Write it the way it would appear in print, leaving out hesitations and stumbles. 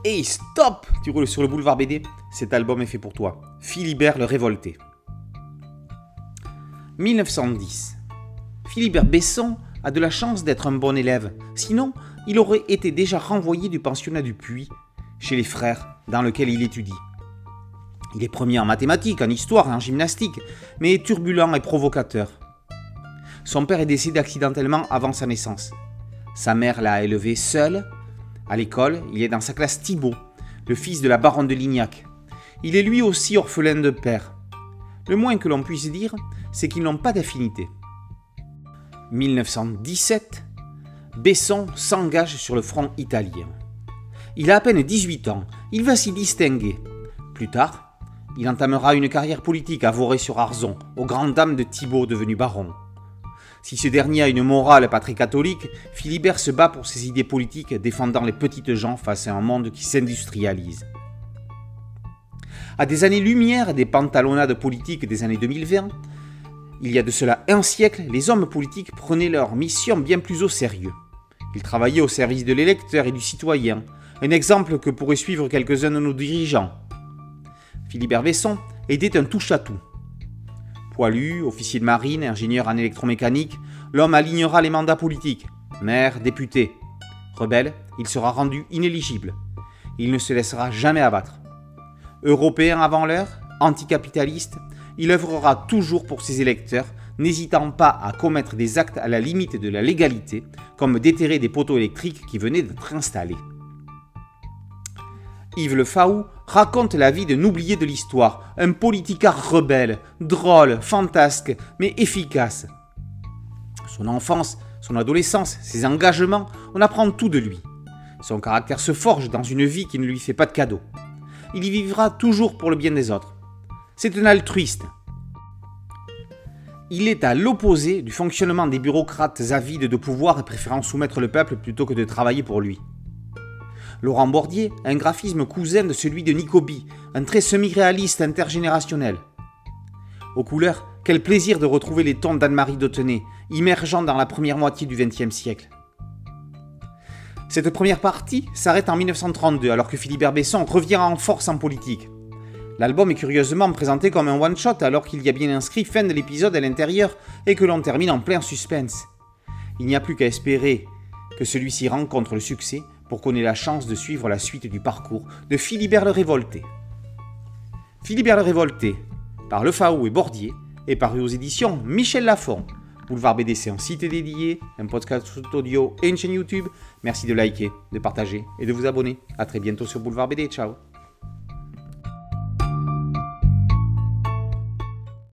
Hey, stop! Tu roules sur le boulevard BD? Cet album est fait pour toi. Philibert le Révolté. 1910. Philibert Besson a de la chance d'être un bon élève. Sinon, il aurait été déjà renvoyé du pensionnat du Puy, chez les frères, dans lequel il étudie. Il est premier en mathématiques, en histoire et en gymnastique, mais turbulent et provocateur. Son père est décédé accidentellement avant sa naissance. Sa mère l'a élevé seule. À l'école, il est dans sa classe Thibaut, le fils de la baronne de Lignac. Il est lui aussi orphelin de père. Le moins que l'on puisse dire, c'est qu'ils n'ont pas d'affinité. 1917, Besson s'engage sur le front italien. Il a à peine 18 ans, il va s'y distinguer. Plus tard, il entamera une carrière politique à Vorey-sur-Arzon, aux grandes dames de Thibaut devenu baron. Si ce dernier a une morale pas très catholique, Philibert se bat pour ses idées politiques, défendant les petites gens face à un monde qui s'industrialise. À des années-lumière des pantalonnades politiques des années 2020, il y a de cela un siècle, les hommes politiques prenaient leur mission bien plus au sérieux. Ils travaillaient au service de l'électeur et du citoyen, un exemple que pourraient suivre quelques-uns de nos dirigeants. Philibert Besson était un touche-à-tout. Poilu, officier de marine, ingénieur en électromécanique, l'homme alignera les mandats politiques. Maire, député. Rebelle, il sera rendu inéligible. Il ne se laissera jamais abattre. Européen avant l'heure, anticapitaliste, il œuvrera toujours pour ses électeurs, n'hésitant pas à commettre des actes à la limite de la légalité, comme déterrer des poteaux électriques qui venaient d'être installés. Yves Le Fau raconte la vie d'un oublié de l'histoire, un politicard rebelle, drôle, fantasque, mais efficace. Son enfance, son adolescence, ses engagements, on apprend tout de lui. Son caractère se forge dans une vie qui ne lui fait pas de cadeaux. Il y vivra toujours pour le bien des autres. C'est un altruiste. Il est à l'opposé du fonctionnement des bureaucrates avides de pouvoir et préférant soumettre le peuple plutôt que de travailler pour lui. Laurent Bordier a un graphisme cousin de celui de Nicobi, un trait semi-réaliste intergénérationnel. Aux couleurs, quel plaisir de retrouver les tons d'Anne-Marie Dautenay, immergeant dans la première moitié du XXe siècle. Cette première partie s'arrête en 1932, alors que Philibert Besson revient en force en politique. L'album est curieusement présenté comme un one-shot, alors qu'il y a bien inscrit fin de l'épisode à l'intérieur et que l'on termine en plein suspense. Il n'y a plus qu'à espérer que celui-ci rencontre le succès pour qu'on ait la chance de suivre la suite du parcours de Philibert le Révolté. Philibert le Révolté, par Le Fau et Bordier, est paru aux éditions Michel Lafon. Boulevard BD, c'est un site dédié, un podcast audio et une chaîne YouTube. Merci de liker, de partager et de vous abonner. A très bientôt sur Boulevard BD. Ciao.